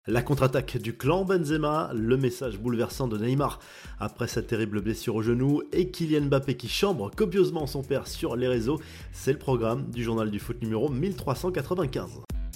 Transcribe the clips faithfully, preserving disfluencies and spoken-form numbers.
La contre-attaque du clan Benzema, le message bouleversant de Neymar après sa terrible blessure au genou et Kylian Mbappé qui chambre copieusement son père sur les réseaux, c'est le programme du journal du foot numéro mille trois cent quatre-vingt-quinze.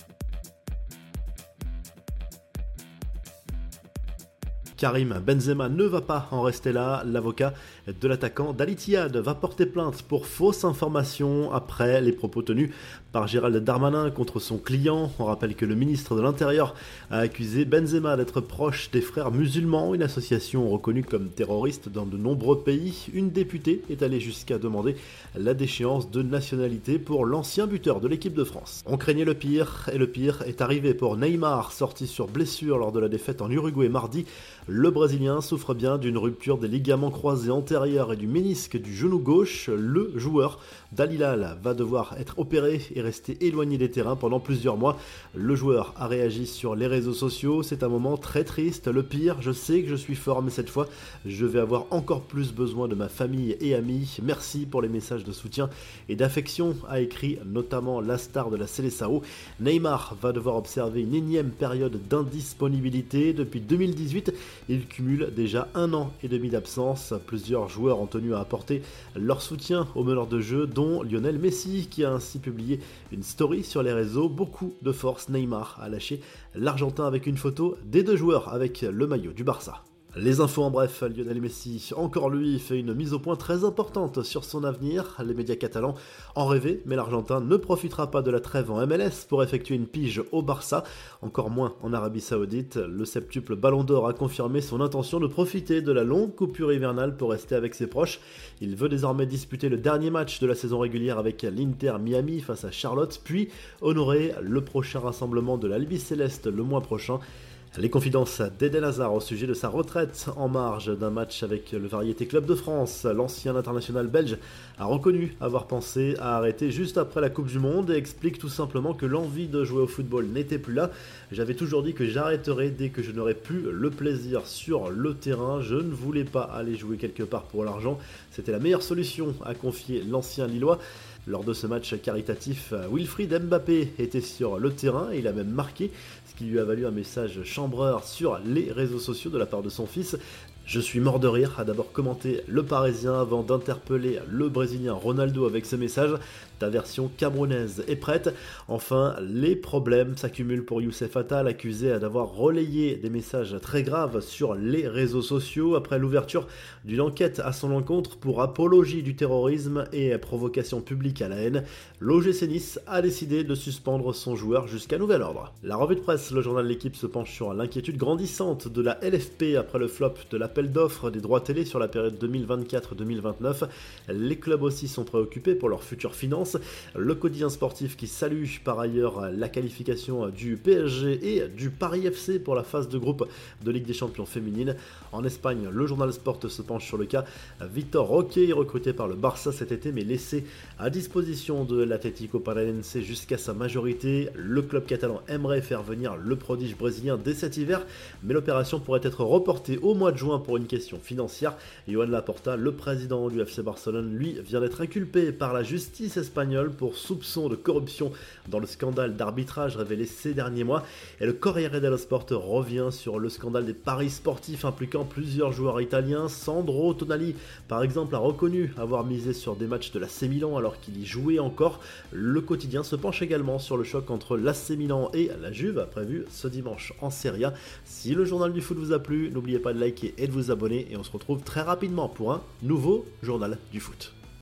Karim Benzema ne va pas en rester là, l'avocat de l'attaquant d'Al Ittihad va porter plainte pour fausse information après les propos tenus par Gérald Darmanin contre son client. On rappelle que le ministre de l'Intérieur a accusé Benzema d'être proche des frères musulmans, une association reconnue comme terroriste dans de nombreux pays. Une députée est allée jusqu'à demander la déchéance de nationalité pour l'ancien buteur de l'équipe de France. On craignait le pire et le pire est arrivé pour Neymar, sorti sur blessure lors de la défaite en Uruguay mardi. Le Brésilien souffre bien d'une rupture des ligaments croisés antérieurs et du ménisque du genou gauche. Le joueur d'Al Hilal va devoir être opéré et rester éloigné des terrains pendant plusieurs mois. Le joueur a réagi sur les réseaux sociaux. C'est un moment très triste. Le pire, je sais que je suis fort, mais cette fois, je vais avoir encore plus besoin de ma famille et amis. Merci pour les messages de soutien et d'affection, a écrit notamment la star de la Seleção. Neymar va devoir observer une énième période d'indisponibilité. Depuis deux mille dix-huit, il cumule déjà un an et demi d'absence. Plusieurs joueurs ont tenu à apporter leur soutien au meneur de jeu, dont Lionel Messi, qui a ainsi publié une story sur les réseaux. Beaucoup de force, Neymar a lâché l'Argentin avec une photo des deux joueurs avec le maillot du Barça. Les infos en bref, Lionel Messi, encore lui, fait une mise au point très importante sur son avenir. Les médias catalans en rêvaient, mais l'Argentin ne profitera pas de la trêve en M L S pour effectuer une pige au Barça, encore moins en Arabie Saoudite. Le septuple Ballon d'Or a confirmé son intention de profiter de la longue coupure hivernale pour rester avec ses proches. Il veut désormais disputer le dernier match de la saison régulière avec l'Inter Miami face à Charlotte, puis honorer le prochain rassemblement de l'Albi Céleste le mois prochain. Les confidences d'Eden Hazard au sujet de sa retraite en marge d'un match avec le Variété Club de France. L'ancien international belge a reconnu avoir pensé à arrêter juste après la Coupe du Monde et explique tout simplement que l'envie de jouer au football n'était plus là. J'avais toujours dit que j'arrêterais dès que je n'aurais plus le plaisir sur le terrain. Je ne voulais pas aller jouer quelque part pour l'argent. C'était la meilleure solution, a confié l'ancien Lillois. Lors de ce match caritatif, Wilfried Mbappé était sur le terrain et il a même marqué, ce qui lui a valu un message chambreur sur les réseaux sociaux de la part de son fils. Je suis mort de rire, a d'abord commenté le Parisien avant d'interpeller le Brésilien Ronaldo avec ce message. Ta version camerounaise est prête. Enfin, les problèmes s'accumulent pour Youssef Attal, accusé d'avoir relayé des messages très graves sur les réseaux sociaux après l'ouverture d'une enquête à son encontre pour apologie du terrorisme et provocation publique à la haine. L'O G C Nice a décidé de suspendre son joueur jusqu'à nouvel ordre. La revue de presse, le journal L'Équipe se penche sur l'inquiétude grandissante de la L F P après le flop de l'appel d'offres des droits télé sur la période deux mille vingt-quatre deux mille vingt-neuf. Les clubs aussi sont préoccupés pour leurs futures finances. Le quotidien sportif qui salue par ailleurs la qualification du P S G et du Paris F C pour la phase de groupe de Ligue des Champions féminine. En Espagne, le journal Sport se penche sur le cas Vitor Roque, recruté par le Barça cet été mais laissé à disposition de l'Atlético Paranaense jusqu'à sa majorité. Le club catalan aimerait faire venir le prodige brésilien dès cet hiver, mais l'opération pourrait être reportée au mois de juin pour une question financière. Joan Laporta, le président du F C Barcelone, lui, vient d'être inculpé par la justice espagnole pour soupçon de corruption dans le scandale d'arbitrage révélé ces derniers mois. Et le Corriere dello Sport revient sur le scandale des paris sportifs impliquant plusieurs joueurs italiens. Sandro Tonali, par exemple, a reconnu avoir misé sur des matchs de l'A C Milan alors qu'il y jouait encore. Le quotidien se penche également sur le choc entre l'A C Milan et la Juve, prévu ce dimanche en Serie A. Si le journal du foot vous a plu, n'oubliez pas de liker et de vous abonner et on se retrouve très rapidement pour un nouveau journal du foot.